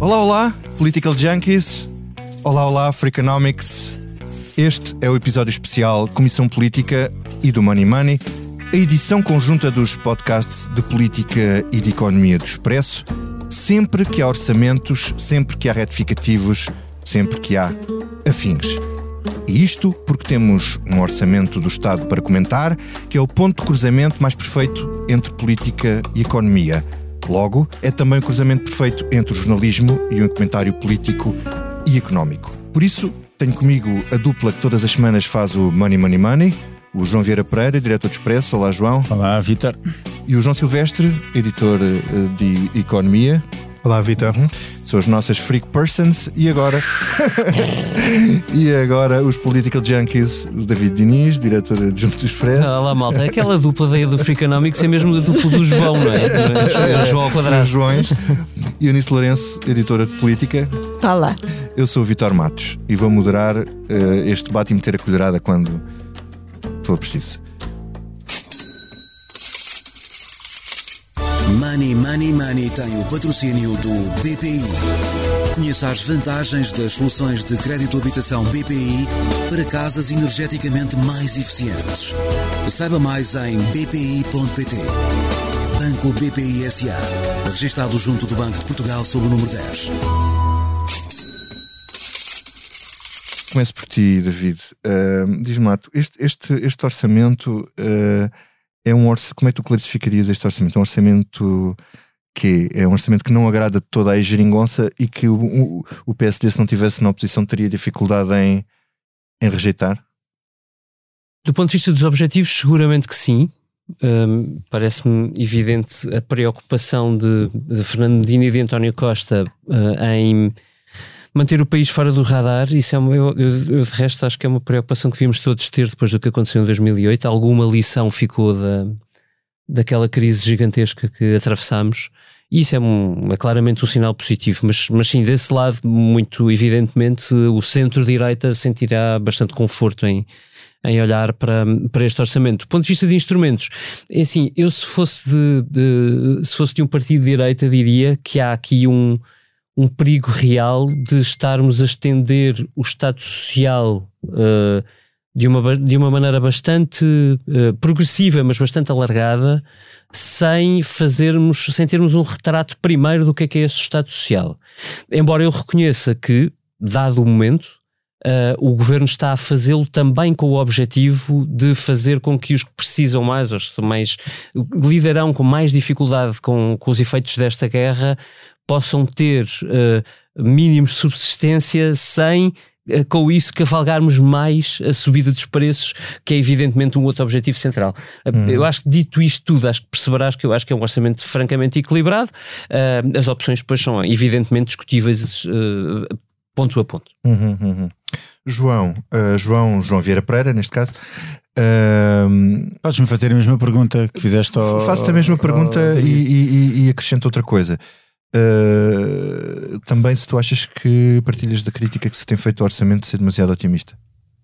Olá, olá, Political Junkies. Olá, olá, Freakonomics. Este é o episódio especial Comissão Política e do Money Money, a edição conjunta dos podcasts de política e de economia do Expresso, sempre que há orçamentos, sempre que há retificativos, sempre que há afins. E isto porque temos um orçamento do Estado para comentar, que é o ponto de cruzamento mais perfeito entre política e economia. Logo, é também o cruzamento perfeito entre o jornalismo e um comentário político e económico. Por isso, tenho comigo a dupla que todas as semanas faz o Money Money Money, o João Vieira Pereira, diretor do Expresso. Olá, João. Olá, Vítor. E o João Silvestre, editor de Economia. Olá, Vítor. São as nossas freak persons. E agora os Political Junkies, o David Diniz, diretor adjunto do Expresso. Olá, malta. Aquela dupla daí do Freakonomics é mesmo a dupla do João, não é? O João ao quadrado. Os Joões. E Eunice Lourenço, editora de política. Olá. Eu sou o Vítor Matos e vou moderar este debate e meter a colherada quando for preciso. Money Money Money tem o patrocínio do BPI. Conheça as vantagens das soluções de crédito habitação BPI para casas energeticamente mais eficientes. Saiba mais em bpi.pt. Banco BPI S.A. Registado junto do Banco de Portugal sob o número 10. Começo por ti, David. Diz-me lá, este orçamento é um orçamento. Como é que tu classificarias este orçamento? É um orçamento que é um orçamento que não agrada toda a geringonça e que o PSD, se não estivesse na oposição, teria dificuldade em rejeitar? Do ponto de vista dos objetivos, seguramente que sim. Parece-me evidente a preocupação de Fernando Medina e de António Costa em manter o país fora do radar. Isso eu de resto acho que é uma preocupação que devíamos todos ter depois do que aconteceu em 2008. Alguma lição ficou daquela crise gigantesca que atravessámos. E isso é claramente um sinal positivo, mas sim, desse lado, muito evidentemente, o centro-direita sentirá bastante conforto em olhar para este orçamento. Do ponto de vista de instrumentos, é assim, eu se fosse de um partido de direita diria que há aqui um perigo real de estarmos a estender o Estado Social de uma maneira bastante progressiva, mas bastante alargada, sem termos um retrato primeiro do que é esse Estado Social. Embora eu reconheça que, dado o momento, o Governo está a fazê-lo também com o objetivo de fazer com que os que precisam mais, os que lidarão com mais dificuldade com os efeitos desta guerra, possam ter mínimos de subsistência sem, com isso, cavalgarmos mais a subida dos preços, que é evidentemente um outro objetivo central. Eu acho que, dito isto tudo, acho que perceberás que eu acho que é um orçamento francamente equilibrado. As opções depois são evidentemente discutíveis ponto a ponto. João Vieira Pereira, neste caso. Podes-me fazer a mesma pergunta que fizeste ao... Faço-te a mesma pergunta e acrescento outra coisa. Também, se tu achas que partilhas da crítica que se tem feito ao orçamento de ser demasiado otimista?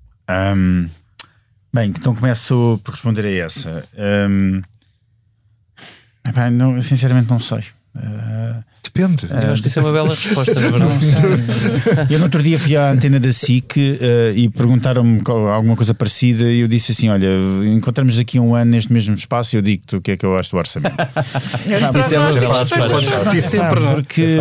Bem, então começo por responder a essa. Eu sinceramente não sei. Depende. Eu acho que isso é uma bela resposta, na verdade. Eu no outro dia fui à antena da SIC e perguntaram-me alguma coisa parecida e eu disse assim, olha, encontramos daqui a um ano neste mesmo espaço e eu digo-te o que é que eu acho do orçamento. Isso é uma bela resposta. Porque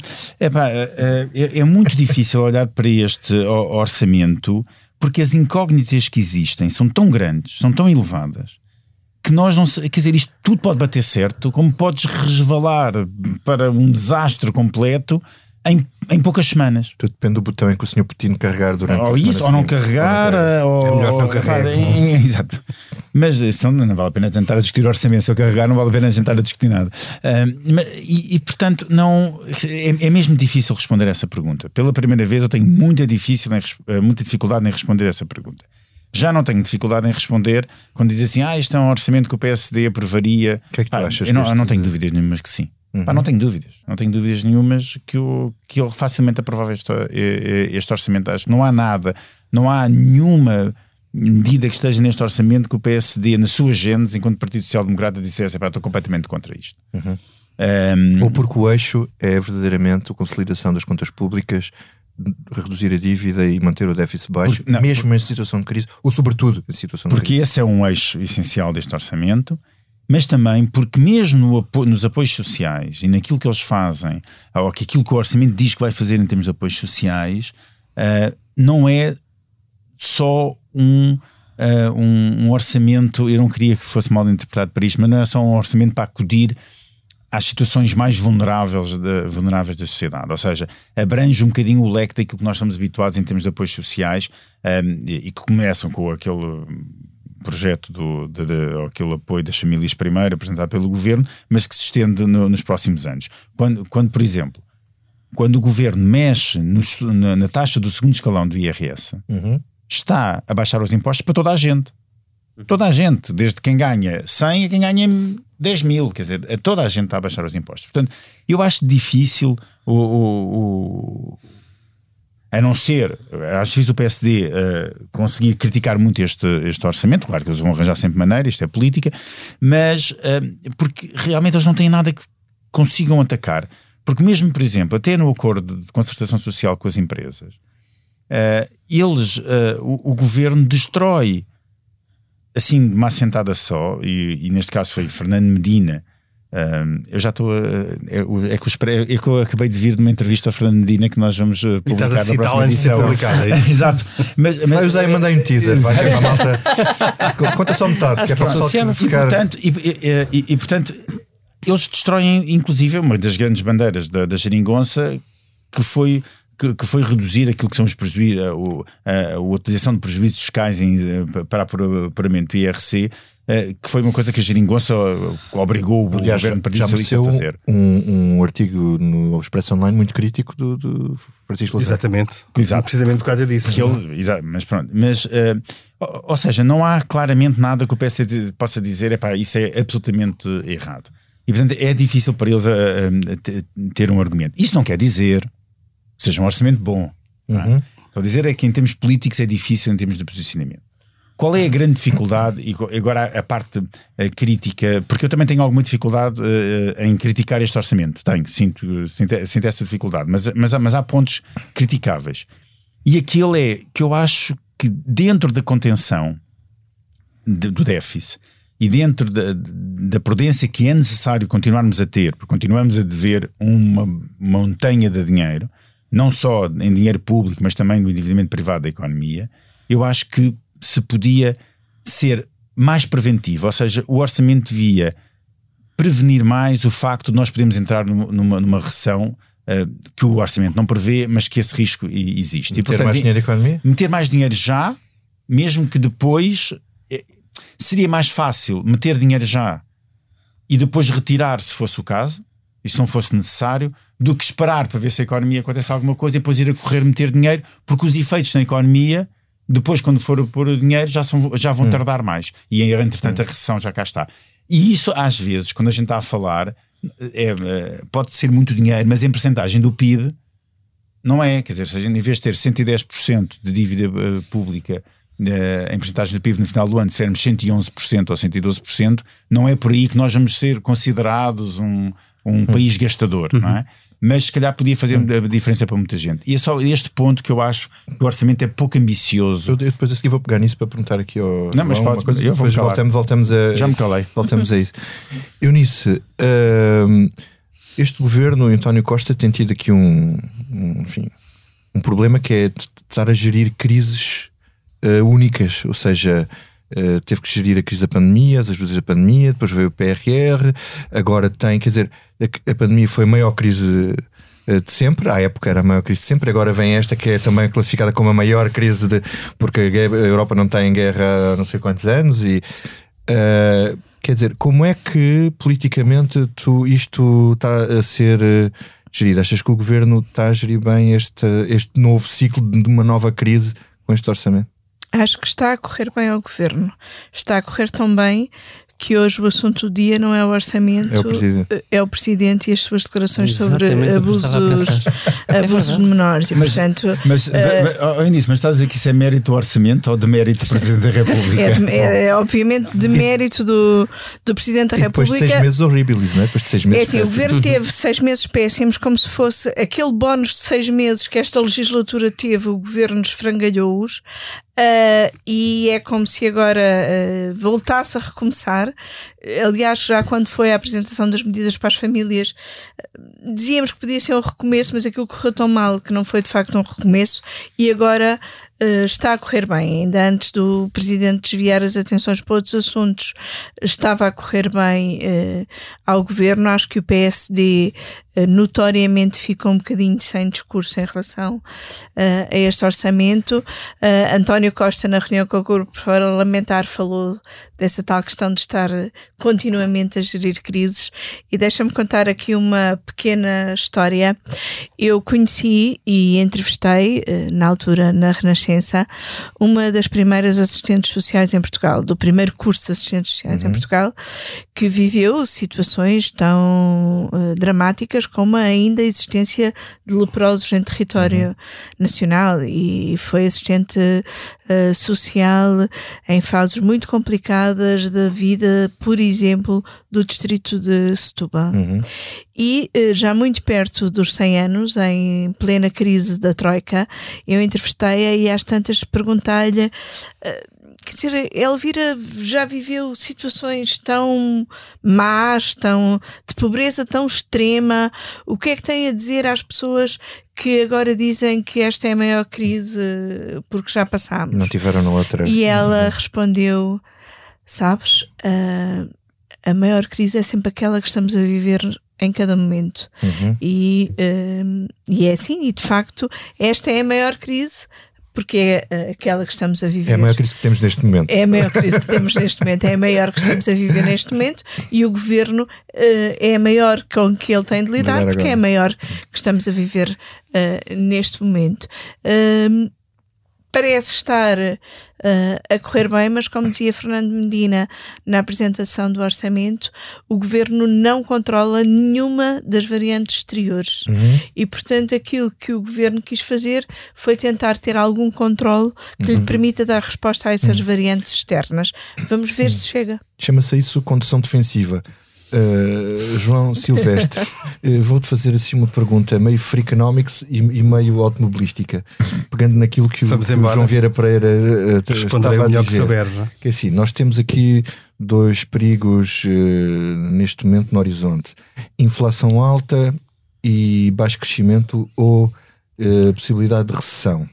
é muito difícil olhar para este orçamento porque as incógnitas que existem são tão grandes, são tão elevadas, que nós não sei, quer dizer, isto tudo pode bater certo, como podes resvalar para um desastre completo em poucas semanas. Tudo depende do botão em que o Sr. Putin carregar durante ou isso, ou não carregar, ou é melhor não carregar. Exato. Mas não vale a pena tentar discutir orçamento. Se eu carregar, não vale a pena tentar discutir nada. Portanto, não, é mesmo difícil responder essa pergunta. Pela primeira vez eu tenho muita dificuldade em responder essa pergunta. Já não tenho dificuldade em responder quando dizem assim, isto é um orçamento que o PSD aprovaria. O que é que tu achas? Eu não tenho dúvidas nenhumas que sim. Não tenho dúvidas nenhumas que ele facilmente aprovava este orçamento. Acho que não há nenhuma medida que esteja neste orçamento que o PSD, na sua gênese, enquanto Partido Social Democrata, dissesse, estou completamente contra isto. Ou porque o eixo é verdadeiramente a consolidação das contas públicas, reduzir a dívida e manter o déficit baixo, mesmo em situação de crise, ou sobretudo em situação de crise. Porque esse é um eixo essencial deste orçamento, mas também porque mesmo nos apoios sociais e naquilo que eles fazem, ou aquilo que o orçamento diz que vai fazer em termos de apoios sociais, não é só um orçamento, eu não queria que fosse mal interpretado para isto, mas não é só um orçamento para acudir às situações mais vulneráveis da sociedade, ou seja, abrange um bocadinho o leque daquilo que nós estamos habituados em termos de apoios sociais, e que começam com aquele projeto aquele apoio das famílias primeiro apresentado pelo Governo, mas que se estende nos próximos anos. Quando, por exemplo, quando o Governo mexe na taxa do segundo escalão do IRS, está a baixar os impostos para toda a gente. Toda a gente, desde quem ganha 100 a quem ganha 10 mil, quer dizer, toda a gente está a baixar os impostos. Portanto, eu acho difícil a não ser, acho difícil o PSD conseguir criticar muito este orçamento. Claro que eles vão arranjar sempre maneira, isto é política, mas porque realmente eles não têm nada que consigam atacar. Porque mesmo, por exemplo, até no acordo de concertação social com as empresas, o governo destrói assim de uma assentada só, e neste caso foi Fernando Medina. Eu já estou é que eu acabei de vir de uma entrevista a Fernando Medina que nós vamos publicar na próxima edição. Exato. Mas vai usar e mandei um teaser, vai ter uma malta. Conta só metade, que é para o pessoal ficar. Portanto, eles destroem inclusive uma das grandes bandeiras da geringonça, que foi reduzir aquilo que são os prejuízos, a utilização de prejuízos fiscais para apuramento do IRC, que foi uma coisa que a geringonça obrigou o governo partidário a fazer. Um artigo no Expresso Online muito crítico do Francisco Louçã. Exatamente. Precisamente por causa disso. Mas pronto. Ou seja, não há claramente nada que o PSD possa dizer, isso é absolutamente errado. E portanto é difícil para eles ter um argumento. Isto não quer dizer que seja um orçamento bom. Estou a dizer é que em termos políticos é difícil em termos de posicionamento. Qual é a grande dificuldade? E agora a parte crítica, porque eu também tenho alguma dificuldade em criticar este orçamento. Sinto essa dificuldade, mas há pontos criticáveis. E aquele é que eu acho que dentro da contenção do déficit e dentro da prudência que é necessário continuarmos a ter, porque continuamos a dever uma montanha de dinheiro, não só em dinheiro público, mas também no endividamento privado da economia, eu acho que se podia ser mais preventivo, ou seja, o orçamento devia prevenir mais o facto de nós podermos entrar numa recessão que o orçamento não prevê, mas que esse risco existe. Meter mais dinheiro na economia? Meter mais dinheiro já, mesmo que depois seria mais fácil meter dinheiro já e depois retirar se fosse o caso, e se não fosse necessário, do que esperar para ver se a economia acontece alguma coisa e depois ir a correr meter dinheiro, porque os efeitos na economia depois quando for pôr o dinheiro já vão tardar mais, e entretanto a recessão já cá está. E isso às vezes, quando a gente está a falar, pode ser muito dinheiro, mas em percentagem do PIB não é, quer dizer, se a gente em vez de ter 110% de dívida pública em percentagem do PIB no final do ano, se tivermos 111% ou 112%, não é por aí que nós vamos ser considerados um país gastador, não é? Mas se calhar podia fazer a diferença para muita gente. E é só este ponto que eu acho que o orçamento é pouco ambicioso. Eu depois a seguir vou pegar nisso para perguntar aqui ao... Não, mas pode, coisa, depois voltamos a... Já me calei. Voltamos a isso. Eunice, este governo, António Costa, tem tido aqui um problema que é estar a gerir crises únicas, ou seja... teve que gerir a crise da pandemia, as ajudas da pandemia, depois veio o PRR, agora tem, quer dizer, a pandemia foi a maior crise de sempre, à época era a maior crise de sempre, agora vem esta que é também classificada como a maior crise porque a Europa não está em guerra há não sei quantos anos e quer dizer, como é que politicamente isto está a ser gerido? Achas que o governo está a gerir bem este novo ciclo de uma nova crise com este orçamento? Acho que está a correr bem ao governo. Está a correr tão bem que hoje o assunto do dia não é o orçamento, é o Presidente e as suas declarações sobre abusos de menores. E, portanto, mas estás a dizer que isso é mérito do orçamento ou de mérito do Presidente da República? É obviamente de mérito do Presidente da República. Depois de 6 meses horríveis, não é? Depois de 6 meses. É assim, o Governo teve 6 meses péssimos, como se fosse aquele bónus de 6 meses que esta legislatura teve, o Governo esfrangalhou-os. E é como se agora voltasse a recomeçar. Aliás, já quando foi a apresentação das medidas para as famílias, dizíamos que podia ser um recomeço, mas aquilo correu tão mal que não foi de facto um recomeço, e agora está a correr bem. Ainda antes do Presidente desviar as atenções para outros assuntos, estava a correr bem ao Governo. Acho que o PSD notoriamente ficou um bocadinho sem discurso em relação a este orçamento. António Costa, na reunião com o grupo parlamentar, falou dessa tal questão de estar continuamente a gerir crises, e deixa-me contar aqui uma pequena história. Eu conheci e entrevistei, na altura na Renascença, uma das primeiras assistentes sociais em Portugal, do primeiro curso de assistentes sociais em Portugal, que viveu situações tão dramáticas como ainda a existência de leprosos em território nacional, e foi assistente social em fases muito complicadas da vida, por exemplo, do distrito de Setúbal. E já muito perto dos 100 anos, em plena crise da Troika, eu entrevistei-a e às tantas perguntei-lhe, quer dizer, Elvira já viveu situações tão más, de pobreza tão extrema, o que é que tem a dizer às pessoas que agora dizem que esta é a maior crise porque já passámos? Não tiveram na outra. E ela respondeu, sabes, a maior crise é sempre aquela que estamos a viver em cada momento. E é assim, e de facto esta é a maior crise porque é aquela que estamos a viver. É a maior crise que temos neste momento. É a maior crise que temos neste momento, é a maior que estamos a viver neste momento, e o Governo é a maior com que ele tem de lidar, porque é a maior que estamos a viver neste momento. Parece estar a correr bem, mas como dizia Fernando Medina na apresentação do orçamento, o Governo não controla nenhuma das variantes exteriores. E, portanto, aquilo que o Governo quis fazer foi tentar ter algum controle que lhe permita dar resposta a essas variantes externas. Vamos ver se chega. Chama-se isso condução defensiva. João Silvestre, vou-te fazer assim uma pergunta meio freakonomics e meio automobilística, pegando naquilo que o João Vieira Pereira estava a dizer. Que souber, não é? Que assim, nós temos aqui 2 perigos neste momento no horizonte: inflação alta e baixo crescimento, ou possibilidade de recessão.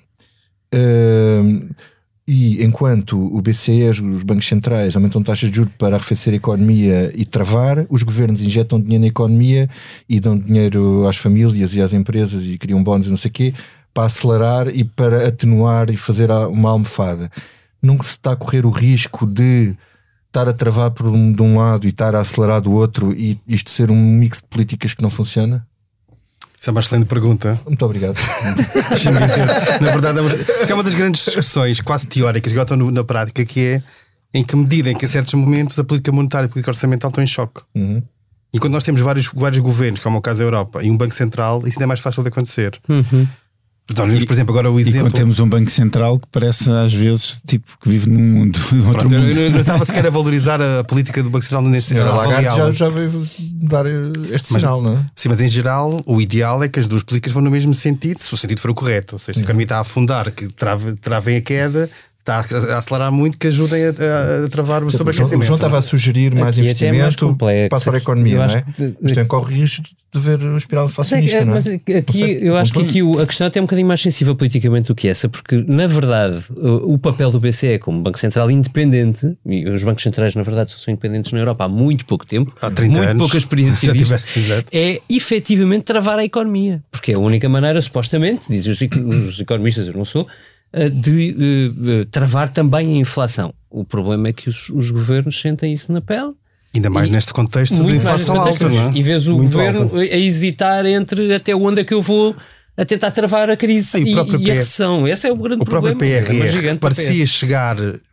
E enquanto o BCE, os bancos centrais, aumentam taxas de juros para arrefecer a economia e travar, os governos injetam dinheiro na economia e dão dinheiro às famílias e às empresas e criam bónus e não sei o quê, para acelerar e para atenuar e fazer uma almofada. Não se está a correr o risco de estar a travar de um lado e estar a acelerar do outro, e isto ser um mix de políticas que não funciona? Isso é uma excelente pergunta. Muito obrigado. Deixa-me dizer, na verdade, é uma das grandes discussões quase teóricas que agora estão na prática, que é em que medida em que, a certos momentos, a política monetária e a política orçamental estão em choque. E quando nós temos vários governos, como é o caso da Europa, e um Banco Central, isso ainda é mais fácil de acontecer. Então, vemos, por exemplo, agora o exemplo. E quando temos um Banco Central que parece às vezes tipo que vive num mundo. Pronto, eu não estava sequer a valorizar a política do Banco Central nesse cenário. Já veio dar este sinal, não é? Sim, mas em geral o ideal é que as duas políticas vão no mesmo sentido, se o sentido for o correto. Ou seja, se a economia está a afundar, que travem a queda, está a acelerar muito, que ajudem a travar o sobreaquecimento. O João estava a sugerir mais investimento para a economia, não é? Mas tem corre risco de ver um espiral inflacionista, não é? Mas aqui, eu acho que aqui a questão é até um bocadinho mais sensível politicamente do que essa, porque na verdade o papel do BCE como Banco Central independente, e os bancos centrais na verdade são independentes na Europa há muito pouco tempo, há 30 muito anos, pouca experiência disto, é efetivamente travar a economia, porque é a única maneira, supostamente, dizem os economistas, eu não sou, de travar também a inflação. O problema é que os governos sentem isso na pele. Ainda mais neste contexto de inflação alta, não é? E vês o governo a hesitar entre até onde é que eu vou a tentar travar a crise e a recessão. Esse é o grande problema. O próprio PRR parecia chegar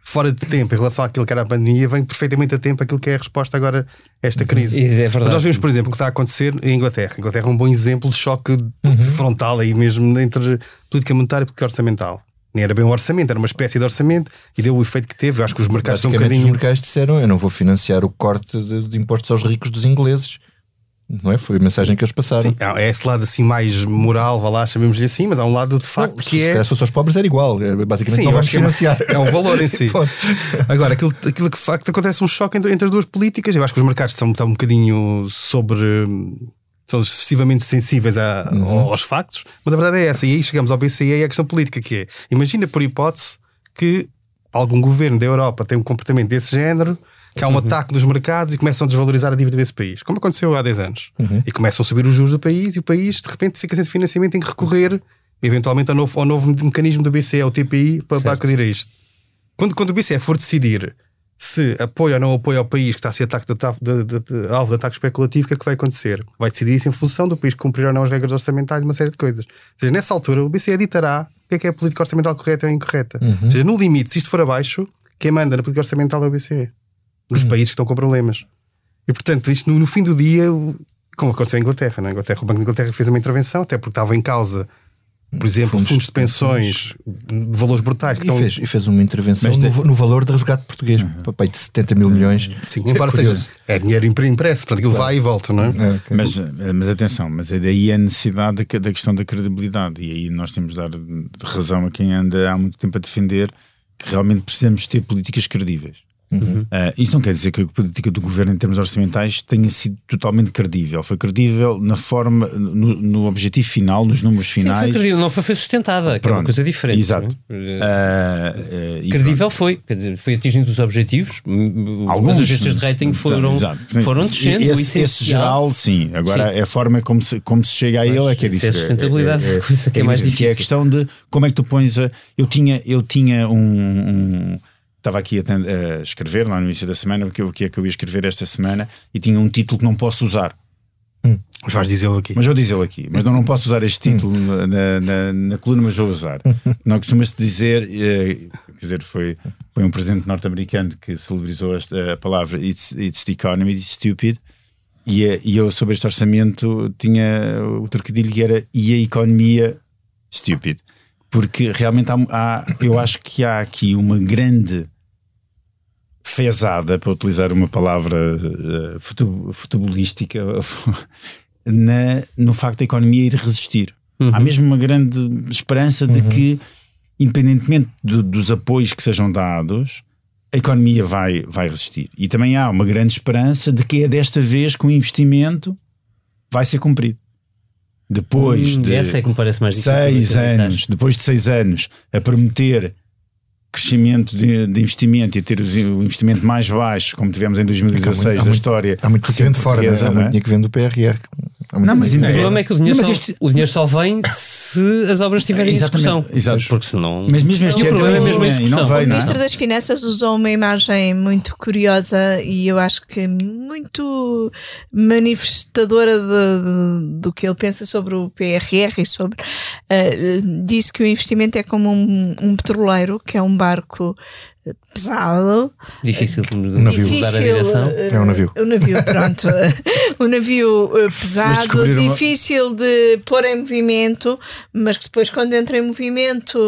fora de tempo em relação àquilo que era a pandemia, vem perfeitamente a tempo aquilo que é a resposta agora a esta crise. Isso é verdade. Mas nós vemos, por exemplo, o que está a acontecer em Inglaterra. A Inglaterra é um bom exemplo de choque frontal aí mesmo entre política monetária e política orçamental. Nem era bem um orçamento, era uma espécie de orçamento e deu o efeito que teve. Eu acho que os mercados são um bocadinho... Os mercados disseram: eu não vou financiar o corte de impostos aos ricos dos ingleses. Não é? Foi a mensagem que eles passaram. Sim, é esse lado assim mais moral, vá lá, chamemos-lhe assim, mas há um lado de facto que se é... Se fosse aos pobres era igual. Basicamente Sim, não eu vamos acho que financiar. é o valor em si. Agora, aquilo que de facto acontece um choque entre as duas políticas. Eu acho que os mercados estão um bocadinho são excessivamente sensíveis aos factos, mas a verdade é essa. E aí chegamos ao BCE e a questão política, que é: imagina por hipótese que algum governo da Europa tem um comportamento desse género, que há um ataque dos mercados e começam a desvalorizar a dívida desse país, como aconteceu há 10 anos. E começam a subir os juros do país e o país de repente fica sem financiamento, tem que recorrer eventualmente ao novo mecanismo do BCE, ao TPI, para acudir a isto. Quando o BCE for decidir se apoia ou não apoia ao país que está a ser alvo de ataque especulativo, o que é que vai acontecer? Vai decidir isso em função do país cumprir ou não as regras orçamentais e uma série de coisas. Ou seja, nessa altura o BCE ditará o que é a política orçamental correta ou incorreta. Ou seja, no limite, se isto for abaixo, quem manda na política orçamental é o BCE, nos países que estão com problemas. E portanto, isto no fim do dia, como aconteceu em Inglaterra, não é? O Banco de Inglaterra fez uma intervenção, até porque estava em causa, por exemplo, fundos de pensões de valores brutais. E fez uma intervenção no valor de resgate português, papai, de 70 mil milhões. Sim, embora seja dinheiro impresso, portanto aquilo vai e volta, não é? Mas atenção, mas é daí a necessidade da questão da credibilidade, e aí nós temos de dar razão a quem anda há muito tempo a defender que realmente precisamos ter políticas credíveis. Isso não quer dizer que a política do governo em termos orçamentais tenha sido totalmente credível. Foi credível na forma, no objetivo final, nos números finais. Sim, foi credível, não foi sustentada, que é uma coisa diferente. Exato. Credível foi, quer dizer, foi atingindo os objetivos. As agências de rating foram descendo. Esse geral, sim. Agora é a forma como se chega a ele é que é diferente. É a sustentabilidade, a coisa que é mais difícil. Que é a questão de como é que tu pões Eu tinha estava aqui a escrever lá no início da semana o que é que eu ia escrever esta semana e tinha um título que não posso usar. Mas vais dizê-lo aqui. Mas vou dizê-lo aqui. Mas não posso usar este título na coluna, mas vou usar. Não costuma-se dizer, quer dizer, foi um presidente norte-americano que celebrizou a palavra It's the economy, it's stupid. E eu sobre este orçamento tinha o trocadilho que era e a economia stupid. Porque realmente eu acho que há aqui uma grande fezada, para utilizar uma palavra futebolística, no facto da economia ir resistir. Há mesmo uma grande esperança de que, independentemente dos apoios que sejam dados, a economia vai resistir. E também há uma grande esperança de que é desta vez que o investimento vai ser cumprido. Depois de essa é que me parece mais difícil 6 anos, depois de 6 anos a prometer crescimento de investimento e a ter o investimento mais baixo, como tivemos em 2016 da história. Há muito que vem de fora, há muito dinheiro que vem do PRR. Mas o problema é que o dinheiro só vem se as obras estiverem em execução. Exato. Porque senão... Mas mesmo este ano é mesmo a execução. O Ministro das Finanças usou uma imagem muito curiosa e eu acho que muito manifestadora do que ele pensa sobre o PRR e sobre... disse que o investimento é como um petroleiro, que é um barco pesado, difícil de mudar a direção. É um navio. Um navio, pronto. Um navio pesado, difícil de pôr em movimento, mas que depois, quando entra em movimento,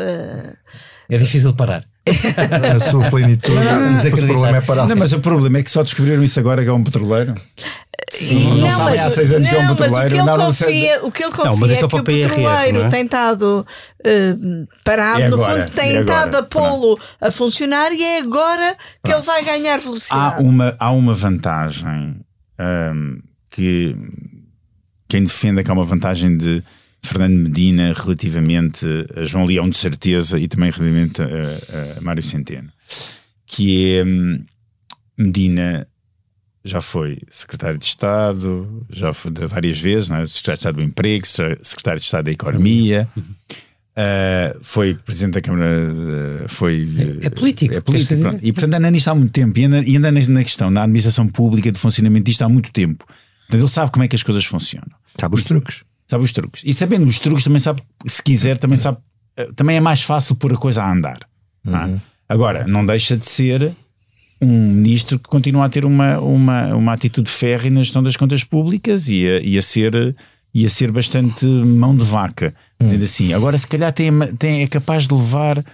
é difícil de parar. Na sua plenitude, o problema é parar. Não, mas o problema é que só descobriram isso agora que é um petroleiro. Sim, não sabem há 6 anos que é um petroleiro. O que ele confia é que o petroleiro tem estado parado, no fundo tem estado a pô-lo a funcionar e é agora que ele vai ganhar velocidade. Há uma vantagem que quem defende que há uma vantagem de Fernando Medina relativamente a João Leão, de certeza, e também relativamente a Mário Centeno, que é Medina já foi secretário de Estado, já foi várias vezes, não é? Secretário de Estado do Emprego, secretário de Estado da Economia, foi presidente da Câmara, é político. Pronto. E portanto anda nisto há muito tempo e anda na questão da administração pública, de funcionamento disto há muito tempo. Portanto, ele sabe como é que as coisas funcionam. Sabe os truques. Sabe os truques. E sabendo os truques também sabe, se quiser, também é mais fácil pôr a coisa a andar. Agora, não deixa de ser um ministro que continua a ter uma atitude férrea na gestão das contas públicas e a ser bastante mão de vaca, dizendo assim. Agora, se calhar é capaz de levar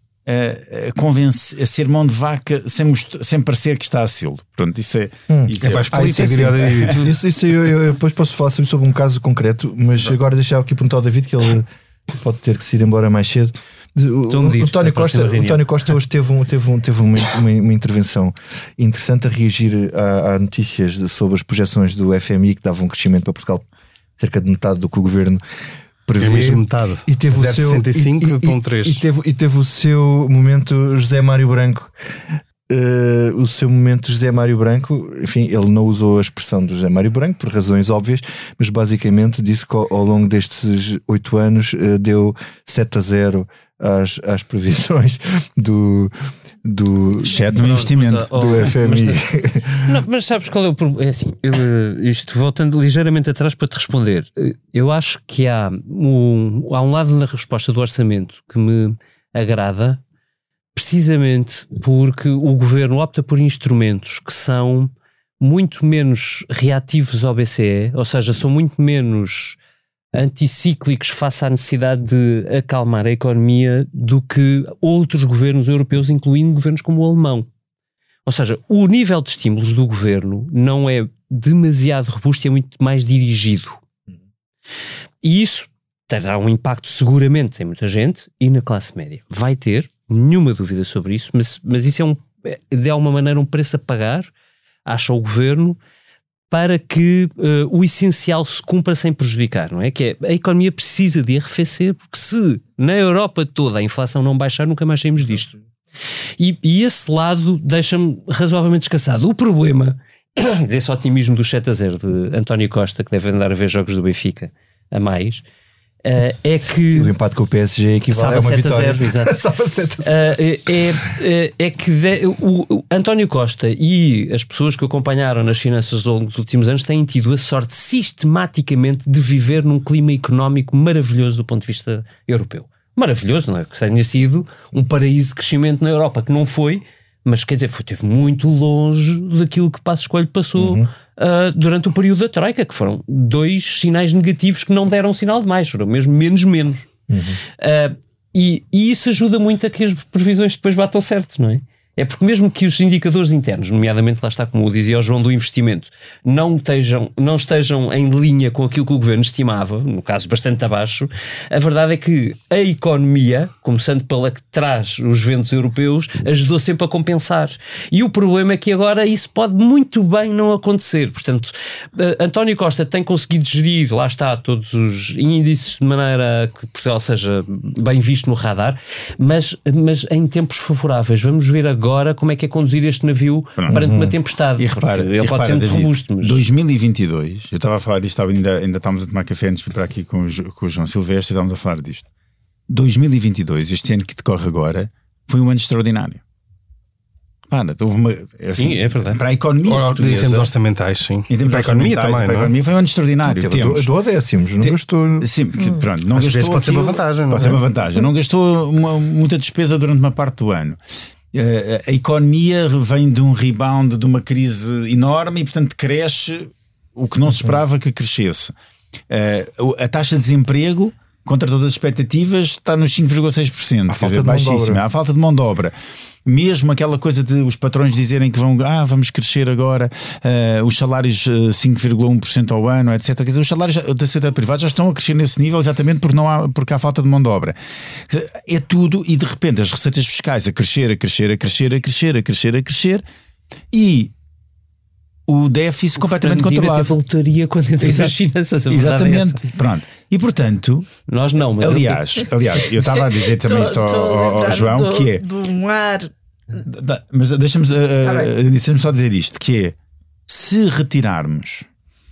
a ser mão de vaca sem parecer que está a sê-lo. Pronto, isso é mais político. Isso eu depois posso falar sobre um caso concreto, mas agora deixar aqui perguntar ao David, que ele pode ter que se ir embora mais cedo. O António Costa hoje teve uma intervenção interessante a reagir a notícias sobre as projeções do FMI que davam um crescimento para Portugal cerca de metade do que o governo prevê. É mesmo metade. E teve 0,65,3. e teve o seu momento José Mário Branco. Enfim, ele não usou a expressão do José Mário Branco por razões óbvias, mas basicamente disse que ao longo destes 8 anos deu 7-0 às previsões do exceto no investimento do FMI. Mas sabes qual é o problema? É assim, isto voltando ligeiramente atrás para te responder, eu acho que há um lado na resposta do orçamento que me agrada, precisamente porque o governo opta por instrumentos que são muito menos reativos ao BCE, ou seja, são muito menos anticíclicos face à necessidade de acalmar a economia do que outros governos europeus, incluindo governos como o alemão. Ou seja, o nível de estímulos do governo não é demasiado robusto e é muito mais dirigido. E isso terá um impacto seguramente em muita gente e na classe média. Vai ter, nenhuma dúvida sobre isso, mas isso é de alguma maneira um preço a pagar, acha o governo, para que o essencial se cumpra sem prejudicar, não é? Que a economia precisa de arrefecer, porque se na Europa toda a inflação não baixar, nunca mais saímos disto. E esse lado deixa-me razoavelmente descansado. O problema desse otimismo do 7-0 de António Costa, que deve andar a ver jogos do Benfica a mais, é que o empate com o PSG equivale a uma vitória. É que o António Costa e as pessoas que o acompanharam nas finanças ao longo dos últimos anos têm tido a sorte sistematicamente de viver num clima económico maravilhoso do ponto de vista europeu. Maravilhoso, não é? Que tenha sido um paraíso de crescimento na Europa, que não foi, mas quer dizer, esteve muito longe daquilo que Passos Coelho passou durante o período da Troika, que foram 2 sinais negativos que não deram sinal de mais, foram mesmo menos. E isso ajuda muito a que as previsões depois batam certo, não é? É porque mesmo que os indicadores internos, nomeadamente lá está, como dizia o João, do investimento, não estejam em linha com aquilo que o governo estimava, no caso bastante abaixo, a verdade é que a economia, começando pela que traz os ventos europeus, ajudou sempre a compensar. E o problema é que agora isso pode muito bem não acontecer. Portanto, António Costa tem conseguido gerir, lá está, todos os índices de maneira que Portugal seja bem visto no radar, mas em tempos favoráveis. Vamos ver agora como é que é conduzir este navio perante uma tempestade. E repara, ele pode ser muito robusto. Mas 2022, eu estava a falar disto, ainda estávamos a tomar café antes de vir para aqui com o João Silvestre e estávamos a falar disto. 2022, este ano que decorre agora, foi um ano extraordinário. Sim, é verdade. Para a economia portuguesa, em termos orçamentais, sim. Em termos para a economia também, para a economia foi um ano extraordinário. Doou décimos, não gastou. Sim, pronto, não Às gastou. vezes pode ser uma vantagem, não é? Pode ser uma vantagem. Não gastou muita despesa durante uma parte do ano. A economia vem de um rebound, de uma crise enorme e, portanto, cresce o que não se esperava que crescesse. A taxa de desemprego, contra todas as expectativas, está nos 5,6%. Quer dizer, baixíssima. Há falta de mão de obra. Mesmo aquela coisa de os patrões dizerem que vamos crescer agora os salários 5,1% ao ano, etc. Quer dizer, os salários da sociedade privada já estão a crescer nesse nível exatamente porque há falta de mão de obra. É tudo, e de repente as receitas fiscais a crescer e o déficit completamente controlado. Voltaria quando entra nas finanças. Exatamente. Pronto. E portanto, nós não, mas aliás, eu estava a dizer também isto ao João, que é do mar. Mas deixa-me só dizer isto, que é, se retirarmos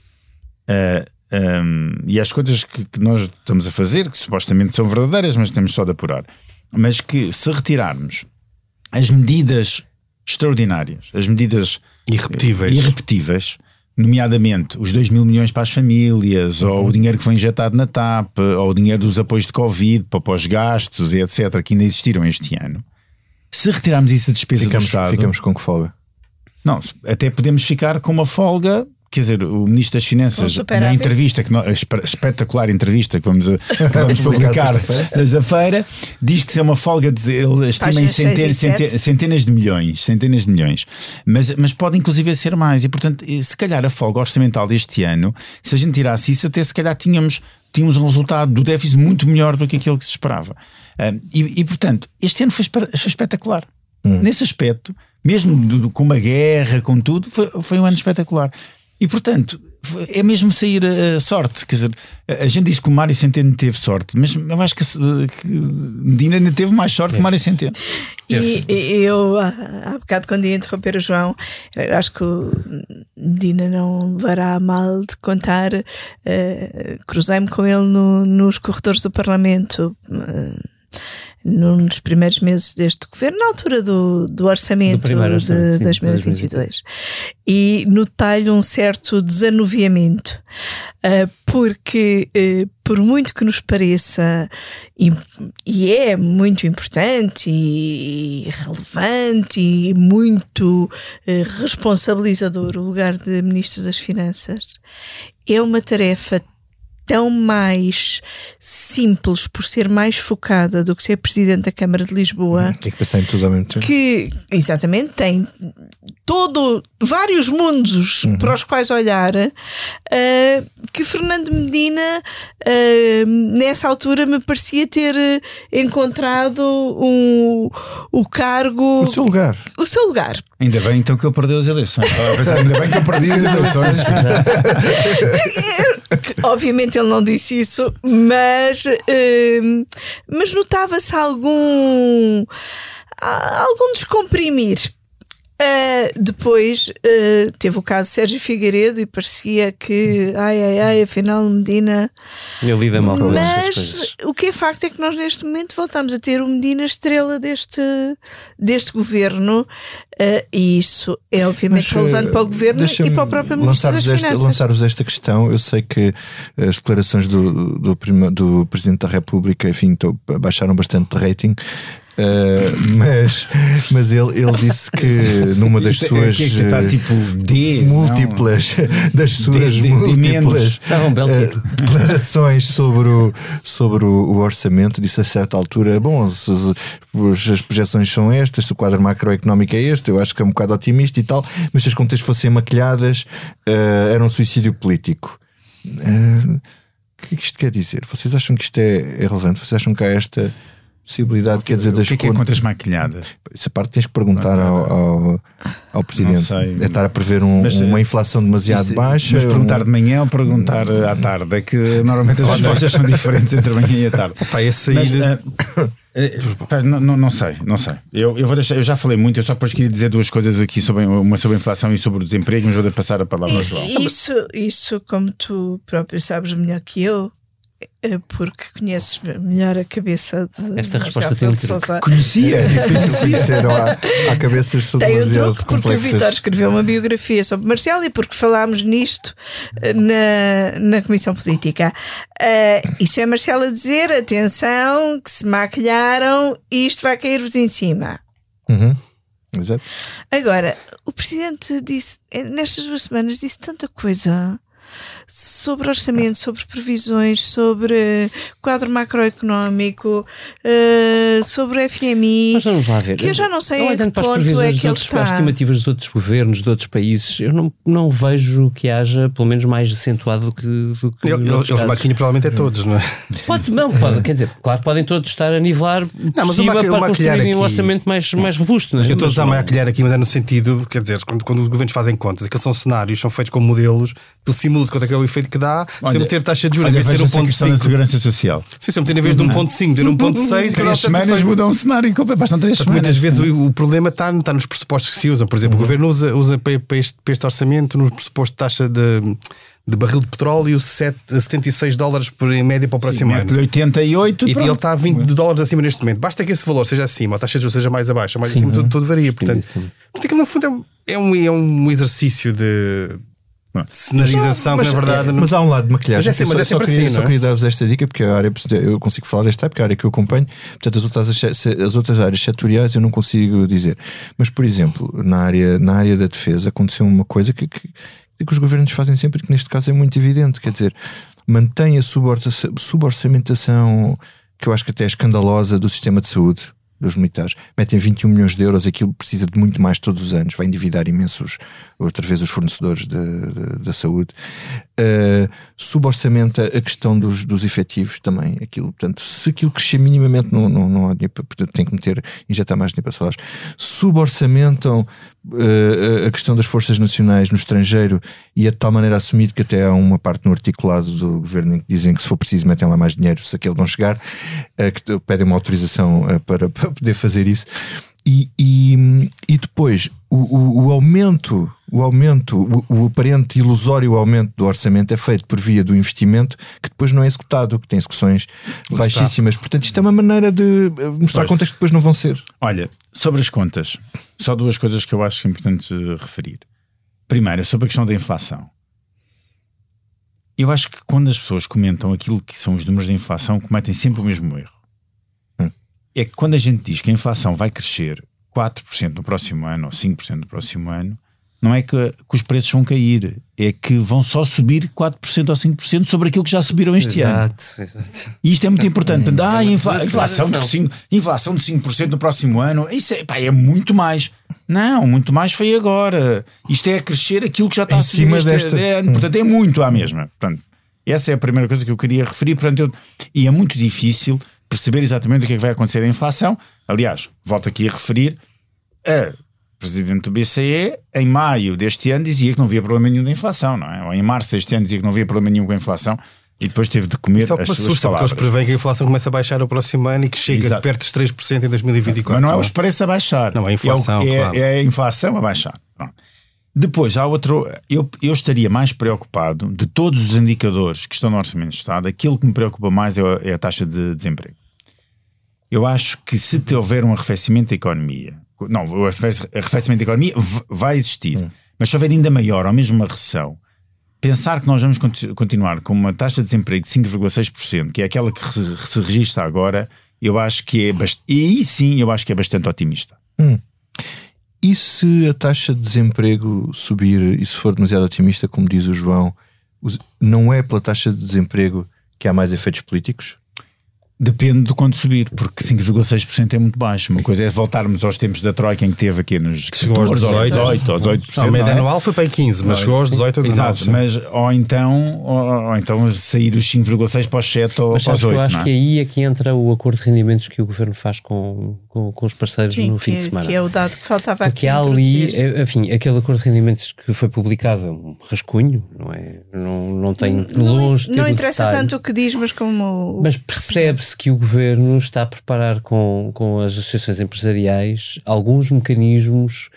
e as coisas que nós estamos a fazer, que supostamente são verdadeiras, mas temos só de apurar, mas que se retirarmos as medidas extraordinárias, as medidas irrepetíveis, nomeadamente os 2.000 milhões para as famílias, ou o dinheiro que foi injetado na TAP, ou o dinheiro dos apoios de Covid para os gastos e etc, que ainda existiram este ano, Se retirarmos isso da despesa do Estado... Ficamos com que folga? Não, até podemos ficar com uma folga. Quer dizer, o Ministro das Finanças, na entrevista, espetacular entrevista que vamos publicar sexta-feira, diz que se é uma folga, ele estima em centenas de milhões, mas pode inclusive ser mais, e portanto, se calhar a folga orçamental deste ano, se a gente tirasse isso, até se calhar tínhamos um resultado do déficit muito melhor do que aquilo que se esperava. E portanto, este ano foi espetacular. Nesse aspecto, mesmo com uma guerra, com tudo, foi um ano espetacular. E portanto, é mesmo sair a sorte. Quer dizer, a gente diz que o Mário Centeno teve sorte, mas eu acho que Medina ainda teve mais sorte que o Mário Centeno. E eu, há bocado, quando ia interromper o João, eu acho que o Medina não levará a mal de contar. Cruzei-me com ele nos corredores do Parlamento. Num dos primeiros meses deste governo, na altura do orçamento de 2022. E notei-lhe um certo desanuviamento, porque por muito que nos pareça, e é muito importante e relevante e muito responsabilizador o lugar de Ministro das Finanças, é uma tarefa tão mais simples por ser mais focada do que ser Presidente da Câmara de Lisboa. Tem que pensar em tudo ao mesmo tempo. Que, exatamente, tem vários mundos para os quais olhar, que Fernando Medina, nessa altura, me parecia ter encontrado o cargo... O seu lugar. O seu lugar. Ainda bem então que eu perdi as eleições. Ainda bem que eu perdi as eleições. Obviamente ele não disse isso, mas notava-se algum descomprimir. Depois teve o caso de Sérgio Figueiredo e parecia que afinal Medina lida mal com essas mas coisas. O que é facto é que nós neste momento voltamos a ter o Medina estrela deste governo, e isso é obviamente relevante para o governo e para o próprio Ministro das Finanças. Lançar-vos esta questão. Eu sei que as declarações do Presidente da República, enfim, baixaram bastante de rating. Mas ele disse que numa das suas múltiplas declarações sobre o orçamento, disse a certa altura: bom, as projeções são estas, se o quadro macroeconómico é este, eu acho que é um bocado otimista e tal, mas se as contas fossem maquilhadas, era um suicídio político. O que é que isto quer dizer? Vocês acham que isto é relevante? Vocês acham que há esta possibilidade, quer dizer, das contas... O que é contas maquilhadas? Essa parte tens que perguntar ao Presidente. É estar a prever uma inflação demasiado baixa. Mas perguntar de manhã ou perguntar à tarde? É que normalmente as respostas são diferentes entre a manhã e a tarde. Não sei. Eu vou deixar, eu já falei muito, eu só depois queria dizer duas coisas aqui, uma sobre a inflação e sobre o desemprego, mas vou passar a palavra ao João. Isso, como tu próprio sabes melhor que eu, porque conheces melhor a cabeça de esta resposta tem um truque. Conhecia, é difícil conhecer. Há cabeças que são demasiado complexas. Porque o Vítor escreveu uma biografia sobre Marcelo e porque falámos nisto na Comissão Política. Isso é Marcelo a dizer: atenção, que se maquilharam e isto vai cair-vos em cima. Exato. Agora, o Presidente disse, nestas 2 semanas, disse tanta coisa sobre orçamento, sobre previsões, sobre quadro macroeconómico, sobre o FMI. Mas vamos lá ver. Que eu já não sei olhando para as previsões para as estimativas dos outros governos, de outros países, eu não vejo que haja, pelo menos, mais acentuado do que eles maquinham provavelmente é todos, não é? Pode, quer dizer, claro, podem todos estar a nivelar por cima para construírem um orçamento mais robusto. Não é? Eu estou a maquilhar aqui, mas é no sentido, quer dizer, quando os governos fazem contas, aqueles são cenários, são feitos com modelos, tu simulas quanto é que é o efeito que dá. Se eu meter taxa de juros em vez de ser 1.5 da segurança social. Sim, se eu meter em vez de 1.5 ter 1.6, 3 semanas muda um cenário, bastam 3 semanas. Muitas vezes o problema está nos pressupostos que se usam. Por exemplo, o governo usa para este orçamento no pressuposto de taxa de barril de petróleo $76 por em média para o próximo ano. 88 e ele está a $20 acima neste momento. Basta que esse valor seja acima, a taxa de juros seja mais abaixo, mais acima, tudo varia. Portanto, aquilo no fundo é um exercício de Cenarização, que na verdade. Mas há um lado de maquilhagem. Mas é sempre assim, só queria dar-vos esta dica, porque a área, eu consigo falar desta época, a área que eu acompanho, portanto, as outras áreas setoriais eu não consigo dizer. Mas, por exemplo, na área da defesa aconteceu uma coisa que os governos fazem sempre, que neste caso é muito evidente, quer dizer, mantém a suborçamentação, que eu acho que até é escandalosa, do sistema de saúde dos militares. Metem 21 milhões de euros, aquilo precisa de muito mais todos os anos, vai endividar imensos, outra vez, os fornecedores da saúde. Suborçamenta a questão dos efetivos também, aquilo, portanto, se aquilo crescer minimamente, não há dinheiro, portanto, tem que injetar mais dinheiro para salários. Suborçamentam a questão das forças nacionais no estrangeiro, e é de tal maneira assumido que até há uma parte no articulado do governo em que dizem que, se for preciso, metem lá mais dinheiro se aquele não chegar, que pedem uma autorização para poder fazer isso. E depois o aumento, o aparente ilusório aumento do orçamento é feito por via do investimento, que depois não é executado, que tem execuções baixíssimas. Portanto, isto é uma maneira de mostrar contas que depois não vão ser. Olha, sobre as contas, só duas coisas que eu acho importante referir. Primeiro, sobre a questão da inflação. Eu acho que quando as pessoas comentam aquilo que são os números da inflação, cometem sempre o mesmo erro. É que quando a gente diz que a inflação vai crescer 4% no próximo ano ou 5% no próximo ano, não é que os preços vão cair, é que vão só subir 4% ou 5% sobre aquilo que já subiram este ano. Exato. E isto é muito importante. Inflação de 5% no próximo ano, isso é muito mais. Não, muito mais foi agora. Isto é a crescer aquilo que já está a subir este ano. Portanto, é muito à mesma. Portanto, essa é a primeira coisa que eu queria referir. Portanto, e é muito difícil perceber exatamente o que é que vai acontecer à inflação. Aliás, volto aqui a referir, a presidente do BCE, em maio deste ano, dizia que não havia problema nenhum da inflação, não é? Ou em março deste ano dizia que não havia problema nenhum com a inflação, e depois teve de comer as suas palavras. Porque eles preveem que a inflação começa a baixar no próximo ano e que chega perto dos 3% em 2024. Mas não é os preços a baixar. Não, é a inflação, claro. É a inflação a baixar. Pronto. Depois, há outro. Eu estaria mais preocupado, de todos os indicadores que estão no Orçamento de Estado, aquilo que me preocupa mais é a taxa de desemprego. Eu acho que se houver um arrefecimento da economia, não, o arrefecimento da economia vai existir, mas se houver ainda maior, ou mesmo uma recessão, pensar que nós vamos continuar com uma taxa de desemprego de 5,6%, que é aquela que se registra agora, eu acho que e aí sim eu acho que é bastante otimista. E se a taxa de desemprego subir, e se for demasiado otimista, como diz o João, não é pela taxa de desemprego que há mais efeitos políticos? Depende de quando subir, porque 5,6% é muito baixo. Uma coisa é voltarmos aos tempos da Troika, em que teve aqui nos 18%. Ou 18%. A média anual foi para aí 15%, mas chegou aos 18% ou 19%. Exato, mas ou então sair os 5,6% para os 7% ou para os 8%. Eu acho que aí é que entra o acordo de rendimentos que o governo faz com os parceiros no fim de semana. Que é o dado que faltava porque aqui. Porque há ali, enfim, aquele acordo de rendimentos que foi publicado é um rascunho, não é? Não tem de longe. Não interessa tanto o que diz, mas como. Mas percebe-se que o governo está a preparar com as associações empresariais alguns mecanismos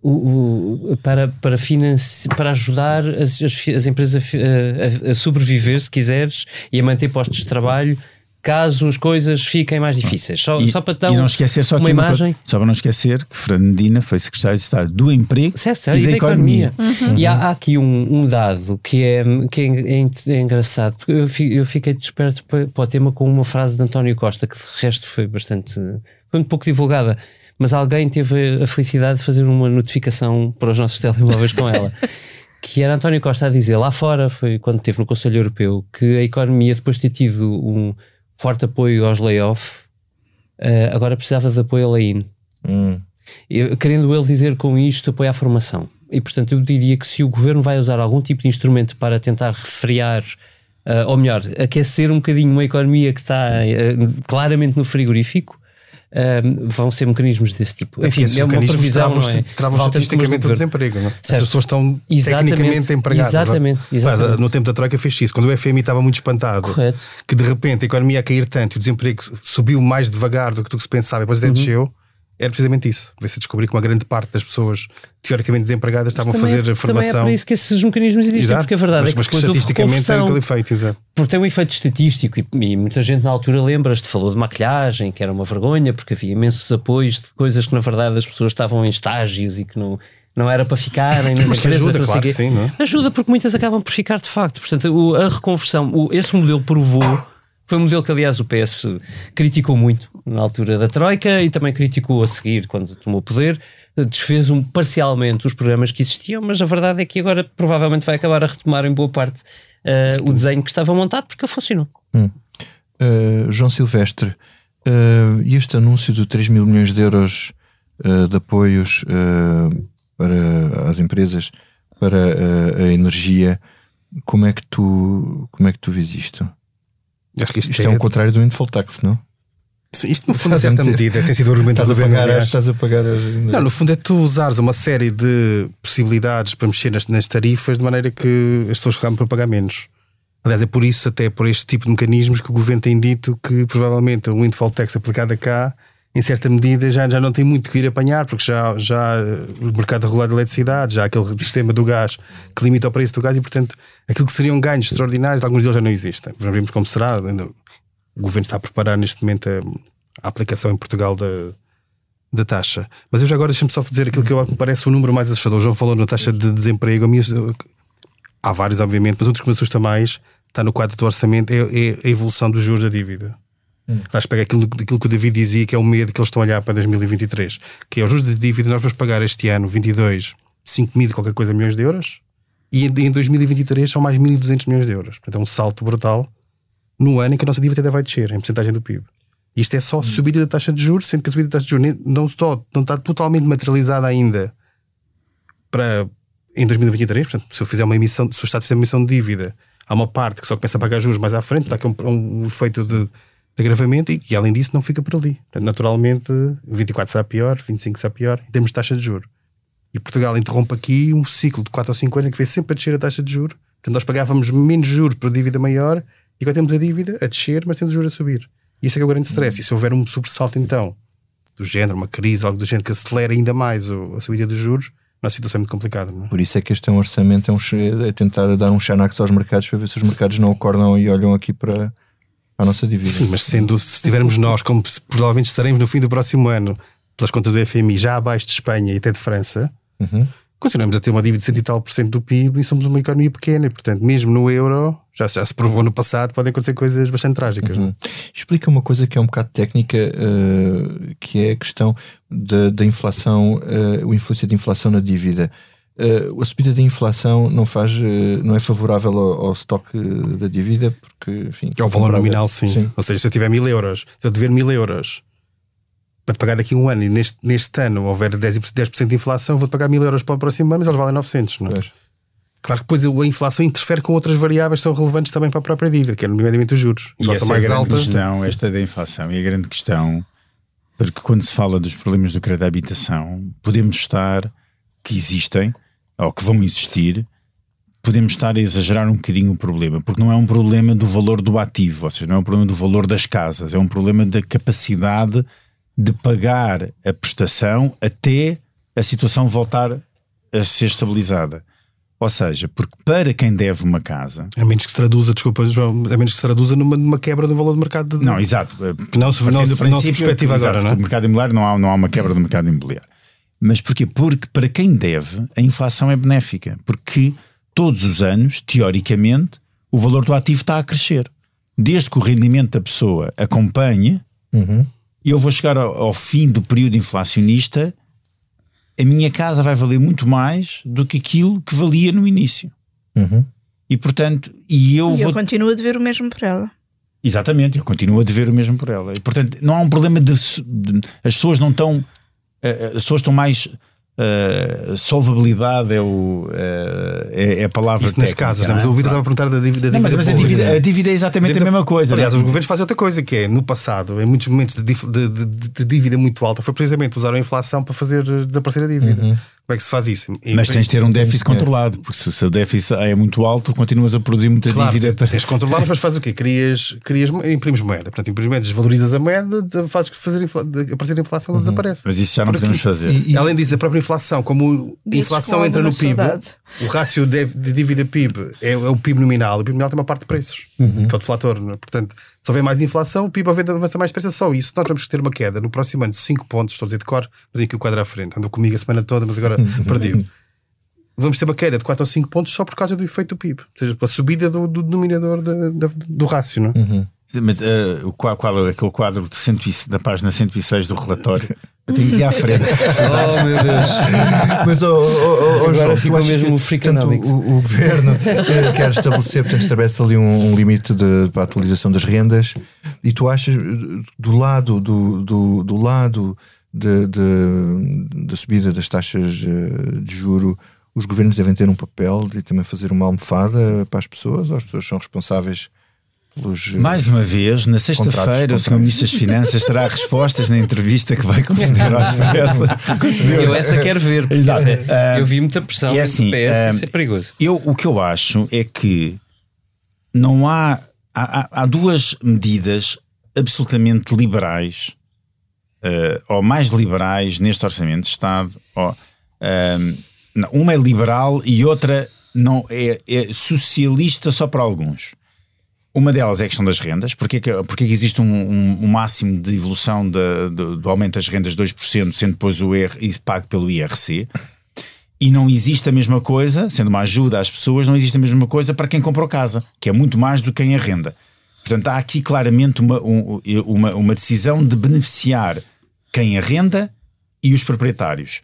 para ajudar as empresas a sobreviver, se quiseres, e a manter postos de trabalho caso as coisas fiquem mais difíceis. Só para dar não esquecer só uma imagem. Só para não esquecer que Fernando Medina foi secretário de Estado do Emprego e da Economia. E há aqui um dado que é engraçado, porque eu fiquei desperto para o tema com uma frase de António Costa, que de resto foi um pouco divulgada, mas alguém teve a felicidade de fazer uma notificação para os nossos telemóveis com ela. Que era António Costa a dizer lá fora, foi quando esteve no Conselho Europeu, que a economia, depois de ter tido um forte apoio aos layoff, agora precisava de apoio à lei-in. Querendo ele dizer com isto apoio à formação. E portanto eu diria que se o governo vai usar algum tipo de instrumento para tentar refriar, ou melhor, aquecer um bocadinho uma economia que está claramente no frigorífico, vão ser mecanismos desse tipo. Enfim, é uma previsão. Travam estatisticamente o desemprego, não é? As pessoas estão tecnicamente empregadas. Exatamente. Mas, no tempo da Troika fez isso. Quando o FMI estava muito espantado, correto, que de repente a economia ia cair tanto e o desemprego subiu mais devagar do que se pensava e depois até desceu, era precisamente isso. Veio-se a descobrir que uma grande parte das pessoas teoricamente desempregadas estavam a fazer a formação. Também é por isso que esses mecanismos existem, exato, porque a verdade é que estatisticamente tem aquele efeito, exato. Porque tem um efeito estatístico e muita gente na altura lembra-se, falou de maquilhagem, que era uma vergonha, porque havia imensos apoios de coisas que na verdade as pessoas estavam em estágios e que não era para ficarem nas Mas que empresas, ajuda, claro que sim, não é? Ajuda porque muitas acabam por ficar de facto. Portanto, a reconversão, esse modelo provou, foi um modelo que aliás o PS criticou muito na altura da Troika e também criticou a seguir quando tomou poder, desfez parcialmente os programas que existiam, mas a verdade é que agora provavelmente vai acabar a retomar em boa parte o desenho que estava montado porque funcionou. João Silvestre, e este anúncio de 3 mil milhões de euros de apoios para as empresas, para a energia, como é que tu vês isto? Acho que isto é o contrário do windfall tax, não? Sim, isto no fundo, a certa medida, tem sido argumentado estás a pagar as... Não, no fundo é tu usares uma série de possibilidades para mexer nas tarifas de maneira que as pessoas acabam por pagar menos. Aliás, é por isso, até por este tipo de mecanismos, que o governo tem dito que provavelmente o windfall tax aplicado cá, em certa medida, já não tem muito que ir apanhar, porque já o mercado regulado de eletricidade, já aquele sistema do gás que limita o preço do gás e, portanto, aquilo que seriam ganhos extraordinários, alguns deles já não existem. Veremos como será. O governo está a preparar neste momento a aplicação em Portugal da taxa. Mas eu já agora deixa-me só dizer aquilo que me parece o número mais assustador. O João falou na taxa de desemprego. Há vários, obviamente, mas outros que me assusta mais, está no quadro do orçamento, é a evolução dos juros da dívida. Estás a pegar aquilo que o David dizia, que é o medo que eles estão a olhar para 2023, que é os juros de dívida. Nós vamos pagar este ano, 22, 5 mil qualquer coisa milhões de euros, e em 2023 são mais 1.200 milhões de euros. Portanto, é um salto brutal no ano em que a nossa dívida até vai descer em porcentagem do PIB. E isto é só subida da taxa de juros, sendo que a subida da taxa de juros não está totalmente materializada ainda para em 2023. Portanto, se eu fizer uma emissão, se o Estado fizer uma emissão de dívida, há uma parte que só começa a pagar juros mais à frente, está aqui um efeito de agravamento e além disso não fica por ali. Portanto, naturalmente 24 será pior, 25 será pior em termos de taxa de juros. E Portugal interrompe aqui um ciclo de 4 ou 5 anos em que vem sempre a descer a taxa de juros. Portanto, nós pagávamos menos juros para a dívida maior e agora temos a dívida a descer, mas temos os juros a subir. E isso é que é o grande stress. E se houver um sobressalto então do género, uma crise, algo do género que acelera ainda mais a subida dos juros, a situação é muito complicada, não é? Por isso é que este é um orçamento, é tentar dar um xanax aos mercados para ver se os mercados não acordam e olham aqui para a nossa dívida. Sim, mas se estivermos nós, como provavelmente estaremos no fim do próximo ano, pelas contas do FMI, já abaixo de Espanha e até de França, continuamos a ter uma dívida de 100 e tal % do PIB e somos uma economia pequena. E, portanto, mesmo no euro, já se provou no passado, podem acontecer coisas bastante trágicas. Não é? Explica uma coisa que é um bocado técnica, que é a questão da inflação, a influência da inflação na dívida. A subida da inflação não é favorável ao estoque da dívida, porque, enfim, é o valor nominal, sim. Ou seja, se eu tiver 1.000 euros, se eu dever 1.000 euros para te pagar daqui a um ano e neste ano houver 10% de inflação, vou-te pagar 1.000 euros para o próximo ano, mas eles valem 900, não é? Claro que depois a inflação interfere com outras variáveis que são relevantes também para a própria dívida, que é nomeadamente os juros. E essa mais é a grande questão, esta da inflação, e a grande questão, porque quando se fala dos problemas do crédito à habitação, podemos estar, que existem, ou que vão existir, podemos estar a exagerar um bocadinho o problema, porque não é um problema do valor do ativo, ou seja, não é um problema do valor das casas, é um problema da capacidade de pagar a prestação até a situação voltar a ser estabilizada. Ou seja, porque para quem deve uma casa... A menos que se traduza, desculpa João, a menos que se traduza numa quebra do valor do mercado. Não, exato. Não se perspectiva agora, não é? No mercado imobiliário não há uma quebra do mercado imobiliário. Mas porquê? Porque para quem deve, a inflação é benéfica. Porque todos os anos, teoricamente, o valor do ativo está a crescer. Desde que o rendimento da pessoa acompanhe, e eu vou chegar ao fim do período inflacionista, a minha casa vai valer muito mais do que aquilo que valia no início. E portanto, eu continuo a dever o mesmo por ela. Exatamente, eu continuo a dever o mesmo por ela. E portanto, não há um problema as pessoas não estão... As pessoas estão mais... solvabilidade é a palavra isso técnica, nas casas, não é? O Vitor estava a perguntar da dívida. Não, mas a dívida é exatamente a mesma coisa. Aliás, os governos fazem outra coisa, que é, no passado, em muitos momentos de dívida muito alta, foi precisamente usar a inflação para fazer desaparecer a dívida. Como é que se faz isso? Mas tens de ter um déficit controlado, porque se o déficit é muito alto, continuas a produzir muita dívida. Tens de controlar, mas fazes o quê? Imprimes moeda. Portanto, imprimes moeda, desvalorizas a moeda, fazes aparecer a inflação, ela desaparece. Mas isso já não podemos fazer. Além disso, a própria inflação, como a inflação entra no PIB, o rácio de dívida PIB é o PIB nominal. O PIB nominal tem uma parte de preços, que é o deflator. Portanto, Se houver mais inflação, o PIB avança mais depressa. Só isso. Nós vamos ter uma queda no próximo ano de 5 pontos. Estou a dizer de cor, mas tenho aqui o quadro à frente. Andou comigo a semana toda, mas agora perdi. Vamos ter uma queda de 4 ou 5 pontos só por causa do efeito do PIB. Ou seja, pela subida do denominador do rácio, não é? Mas, aquele quadro da página 106 do relatório, eu tenho que ir à frente. Oh meu Deus. Mas Agora João, ficou tu achas mesmo que, o Freakonomics. portanto, o governo quer estabelecer, portanto, estabelece ali um limite para a atualização das rendas, e tu achas do lado da subida das taxas de juro, os governos devem ter um papel de também fazer uma almofada para as pessoas, ou as pessoas são responsáveis pelos... Mais uma vez, na sexta-feira, o Sr. Ministro das Finanças terá respostas na entrevista que vai conceder ao Expresso. Eu essa quero ver, porque Exato. eu vi muita pressão É assim, isso é perigoso. O que eu acho é que não há duas medidas absolutamente liberais, ou mais liberais neste Orçamento de Estado. Uma é liberal e outra não é socialista só para alguns. Uma delas é a questão das rendas. Porque que existe um máximo de evolução do aumento das rendas de 2%, sendo depois pago pelo IRC, e não existe a mesma coisa, sendo uma ajuda às pessoas, não existe a mesma coisa para quem comprou casa, que é muito mais do que quem arrenda. Portanto, há aqui claramente uma decisão de beneficiar quem arrenda e os proprietários.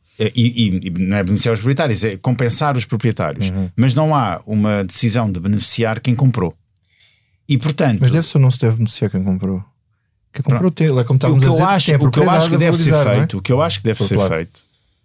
E não é beneficiar os proprietários, é compensar os proprietários. Mas não há uma decisão de beneficiar quem comprou. E, portanto, mas deve-se ou não se deve beneficiar quem comprou? Quem comprou tem, como estávamos a dizer, o que eu acho que deve ser feito, é? o que eu acho que deve ser feito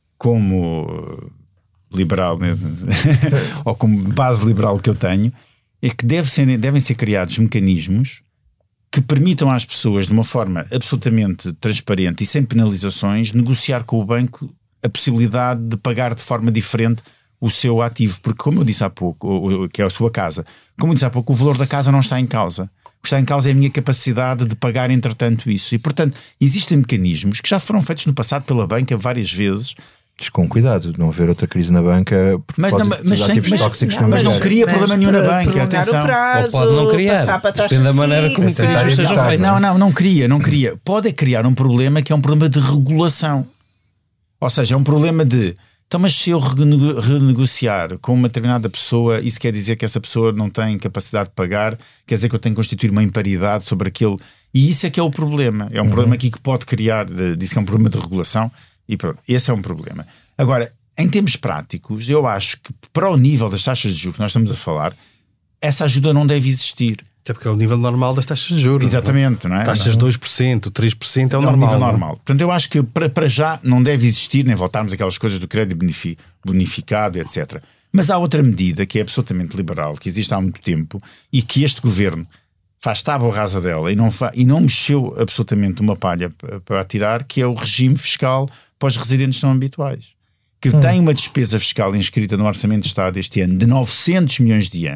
como liberal ou como base liberal que eu tenho, é que devem ser criados mecanismos que permitam às pessoas, de uma forma absolutamente transparente e sem penalizações, negociar com o banco a possibilidade de pagar de forma diferente o seu ativo, porque, como eu disse há pouco, que é a sua casa, como eu disse há pouco, o valor da casa não está em causa. O que está em causa é a minha capacidade de pagar, entretanto, isso. E, portanto, existem mecanismos que já foram feitos no passado pela banca várias vezes. Mas com cuidado, de não haver outra crise na banca por causa dos ativos tóxicos. Mas não cria problema nenhum na banca, atenção. Prazo, ou pode não criar, depende da maneira como os mecanismos sejam feitos. Não cria. Pode criar um problema que é um problema de regulação. Ou seja, é um problema de... Então, mas se eu renegociar com uma determinada pessoa, isso quer dizer que essa pessoa não tem capacidade de pagar, quer dizer que eu tenho que constituir uma imparidade sobre aquele... E isso é que é o problema. É um problema aqui que pode criar, diz que é um problema de regulação, e pronto, esse é um problema. Agora, em termos práticos, eu acho que para o nível das taxas de juros que nós estamos a falar, essa ajuda não deve existir. Até porque é o nível normal das taxas de juros. Exatamente, não é? Taxas de 2%, 3% é o é normal. Nível normal. Portanto, eu acho que para já não deve existir, nem voltarmos aquelas coisas do crédito bonificado, etc. Mas há outra medida que é absolutamente liberal, que existe há muito tempo, e que este governo faz tábua rasa dela e não mexeu absolutamente uma palha para tirar, que é o regime fiscal para os residentes não habituais, que tem uma despesa fiscal inscrita no Orçamento de Estado este ano de 900 milhões de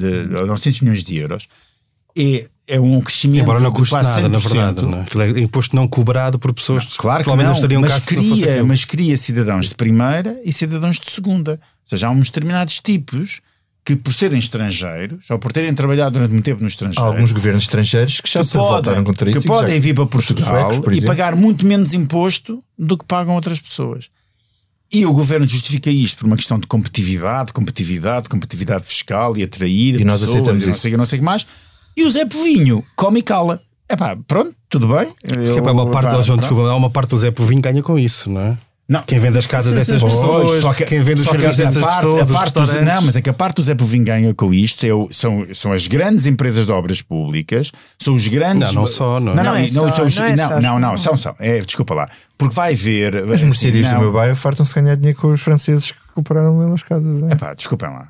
euros. É um crescimento. Embora não custe quase nada, 100%. na verdade. Não é? É imposto não cobrado por pessoas não, claro que provavelmente não estariam mas cria cidadãos de primeira e cidadãos de segunda. Ou seja, há uns determinados tipos que, por serem estrangeiros ou por terem trabalhado durante muito tempo no estrangeiro, há alguns governos estrangeiros que já se revoltaram contra isso, que podem vir para Portugal suecos, e pagar muito menos imposto do que pagam outras pessoas. E o governo justifica isto por uma questão de competitividade fiscal e atrair e nós pessoas aceitamos e não sei o que mais. E o Zé Povinho come e cala. Pronto, tudo bem. Há uma parte do Zé Povinho ganha com isso, não é? Não. Quem vende as casas dessas pessoas, quem vende os serviços dessas pessoas, os restaurantes. Não, mas é que a parte do Zé Povinho ganha com isto são as grandes empresas de obras públicas, são os grandes... Não são. Desculpa lá. Porque vai ver... As mercearias do meu bairro fartam-se ganhar dinheiro com os franceses que compraram as casas. Desculpem lá.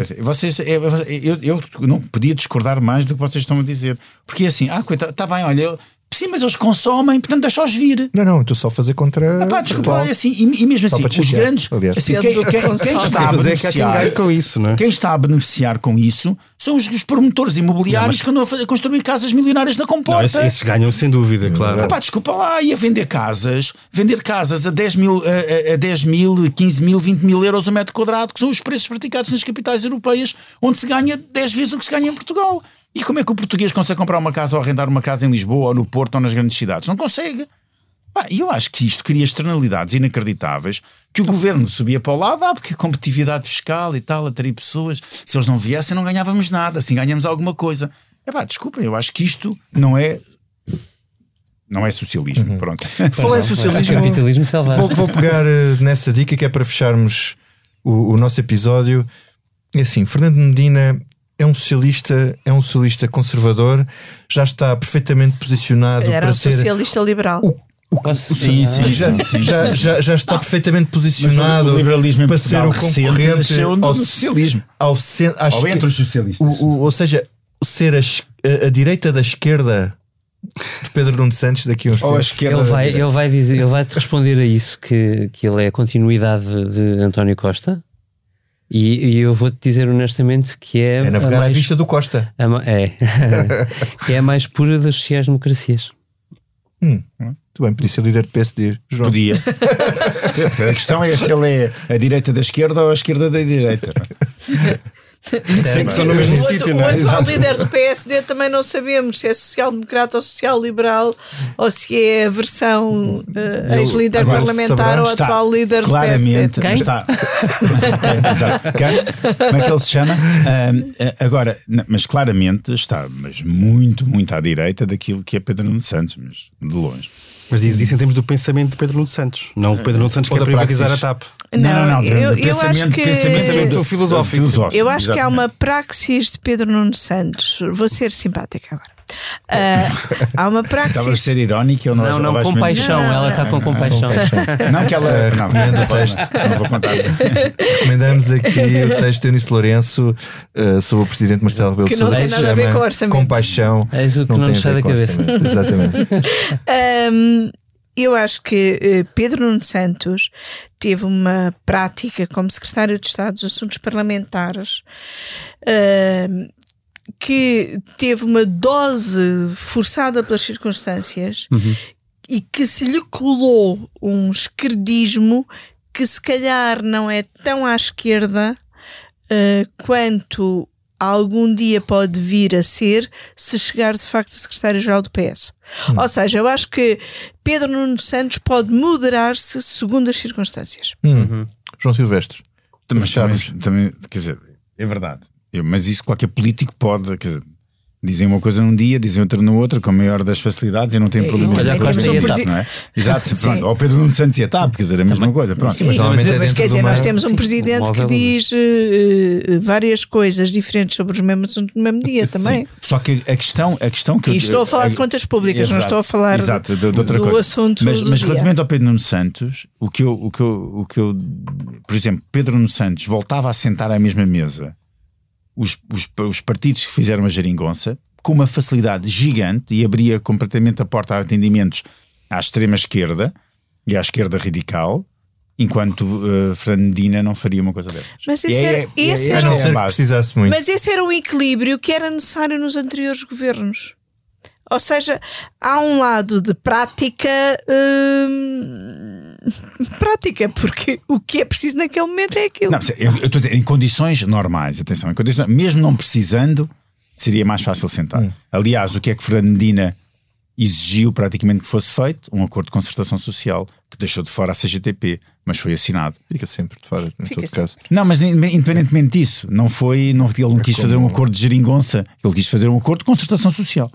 Eu não podia discordar mais do que vocês estão a dizer. Porque assim, coitado, está bem, olha... Sim, mas eles consomem, portanto deixa-os vir. Não, estou só a fazer contra. Desculpa, assim, e mesmo assim, os grandes. Assim, quem está a beneficiar com isso, não é? Quem está a beneficiar com isso são os promotores imobiliários que andam a construir casas milionárias na comporta. Não, esses ganham sem dúvida, claro. Desculpa lá, e a vender casas a 10 mil, 15 mil, 20 mil euros o metro quadrado, que são os preços praticados nas capitais europeias, onde se ganha 10 vezes o que se ganha em Portugal. E como é que o português consegue comprar uma casa ou arrendar uma casa em Lisboa ou no Porto ou nas grandes cidades? Não consegue. E eu acho que isto cria externalidades inacreditáveis que o governo subia para o lado, porque a competitividade fiscal e tal, atrair pessoas, se eles não viessem não ganhávamos nada, assim ganhamos alguma coisa. Desculpem, eu acho que isto não é socialismo. Pronto. Falar em socialismo, capitalismo selvagem. Vou pegar nessa dica que é para fecharmos o nosso episódio. É assim, Fernando Medina é um socialista conservador, já está perfeitamente posicionado Era para um ser socialista liberal. Sim. Já está perfeitamente posicionado o liberalismo para ser o concorrente ao socialismo. Entre os socialistas. Ou seja, ser a direita da esquerda de Pedro Nuno Santos daqui a uns tempos. Ele vai te responder a isso, que ele é a continuidade de António Costa. E eu vou-te dizer honestamente que é navegar à vista do Costa. Que é a mais pura das sociais-democracias. Muito bem, podia ser líder do PSD, João. Podia. A questão é se ele é a direita da esquerda ou a esquerda da direita. Sei que estão no mesmo sítio, não é? O atual líder do PSD também não sabemos se é social-democrata ou social-liberal, ou se é a versão ex-líder parlamentar ou atual líder do PSD. Quem? Está. Como é que ele se chama? Agora, mas claramente está, mas muito, muito à direita daquilo que é Pedro Nuno Santos, mas de longe. Mas diz isso em termos do pensamento de Pedro Nuno Santos. Não o Pedro Nuno Santos quer privatizar a TAP. Não, eu acho que pensamento filosófico. Eu acho que há uma praxis de Pedro Nuno Santos. Vou ser simpática agora. Há uma praxis. Estava a ser irónica ou não? Não, com paixão. Ela está com compaixão. Não que ela recomenda o texto. Não vou contar. Recomendamos aqui o texto de Eunice Lourenço sobre o presidente Marcelo Rebelo de Sousa. Que não tem nada a ver com o orçamento. Compaixão. É isso que não nos sai da cabeça. Exatamente. Eu acho que Pedro Nuno Santos teve uma prática como secretário de Estado dos Assuntos Parlamentares que teve uma dose forçada pelas circunstâncias e que se lhe colou um esquerdismo que se calhar não é tão à esquerda quanto algum dia pode vir a ser se chegar de facto a secretário-geral do PS. Ou seja, eu acho que Pedro Nuno Santos pode moderar-se segundo as circunstâncias. João Silvestre. Mas também, quer dizer, é verdade. Mas isso qualquer político pode, quer dizer, dizem uma coisa num dia, dizem outra no outro, com a maior das facilidades e não tem problema Olha, não é? Exato, pronto. Ou Pedro Nuno Santos e a TAP, quer dizer, a mesma coisa. Pronto. Sim, mas quer dizer, nós temos um presidente que diz várias coisas diferentes sobre os mesmos assuntos no mesmo dia também. Só que a questão que e estou a falar de contas públicas, não estou a falar de outra do coisa. assunto mas do relativamente ao Pedro Nuno Santos, o que eu, por exemplo, Pedro Nuno Santos voltava a sentar à mesma mesa os partidos que fizeram a geringonça com uma facilidade gigante e abria completamente a porta a atendimentos à extrema esquerda e à esquerda radical, enquanto Fernando Medina não faria uma coisa dessas. Mas esse era precisasse muito. Mas esse era o equilíbrio que era necessário nos anteriores governos. Ou seja, há um lado de prática, porque o que é preciso naquele momento é aquilo. Não, eu estou a dizer, em condições normais, atenção, mesmo não precisando, seria mais fácil sentar. Aliás, o que é que Fernando Medina exigiu praticamente que fosse feito? Um acordo de concertação social que deixou de fora a CGTP, mas foi assinado. Fica sempre de fora, em todo caso. Não, mas independentemente disso, ele não quis fazer um acordo de geringonça, ele quis fazer um acordo de concertação social.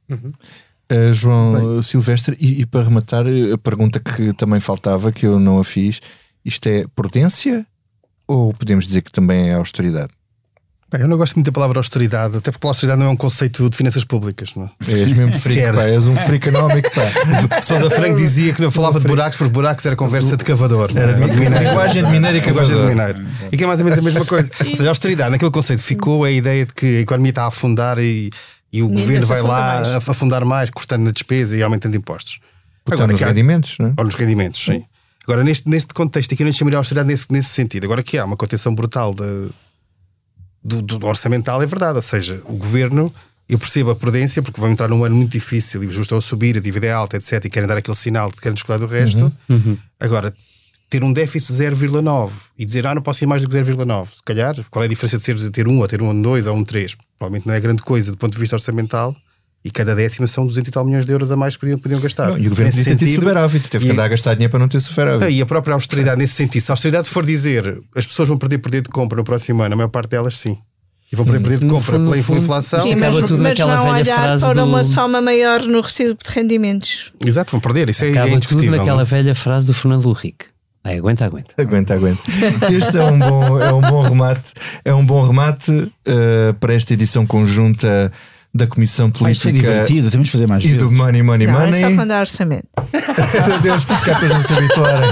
João Silvestre, e para rematar, a pergunta que também faltava, que eu não a fiz, isto é prudência ou podemos dizer que também é austeridade? Eu não gosto muito da palavra austeridade, até porque a austeridade não é um conceito de finanças públicas, não é? És mesmo freak, pá, és um freakonómico, pá. Sousa Franco dizia que não falava de buracos, porque buracos era conversa de cavador. Era linguagem de mineiro e cavador. E que é mais ou menos a mesma coisa. Ou seja, a austeridade, naquele conceito ficou a ideia de que a economia está a afundar e o governo vai lá afundar mais, cortando na despesa e aumentando impostos. Agora, nos rendimentos, não é? Ou nos rendimentos, sim. Agora, neste contexto aqui, eu não chamaria a austeridade nesse sentido. Agora, que há uma contenção brutal do orçamental, é verdade. Ou seja, o governo, eu percebo a prudência, porque vai entrar num ano muito difícil e os juros estão a subir, a dívida é alta, etc. E querem dar aquele sinal de que querem descolar do resto. Agora, ter um déficit de 0,9 e dizer não posso ir mais do que 0,9, se calhar, qual é a diferença de ter 1 ou ter 1,2 ou 1,3? Provavelmente não é grande coisa do ponto de vista orçamental, e cada décima são 200 e tal milhões de euros a mais que podiam gastar. Não, e o governo podia ter tido superávit, teve que andar a gastar dinheiro para não ter superávit. E a própria austeridade, nesse sentido, se a austeridade for dizer as pessoas vão perder poder de compra no próximo ano, a maior parte delas sim. E vão perder poder de compra pela inflação. Sim, mas vão olhar para uma soma maior no recibo de rendimentos. Exato, vão perder, isso é indiscutível. Tudo naquela velha frase do Fernando Henrique. Aguenta. Este é um bom remate para esta edição conjunta da Comissão Política. Foi divertido, temos de fazer mais vezes. E do Money. Não, é só quando há orçamento. Adeus, que é para não se habituarem.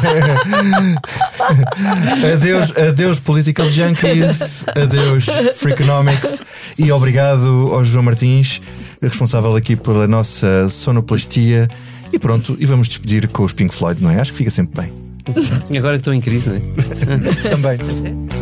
Adeus Political Junkies, adeus Freakonomics, e obrigado ao João Martins, responsável aqui pela nossa sonoplastia. E pronto, e vamos despedir com os Pink Floyd, não é? Acho que fica sempre bem. Agora que estou em crise, não é? Também.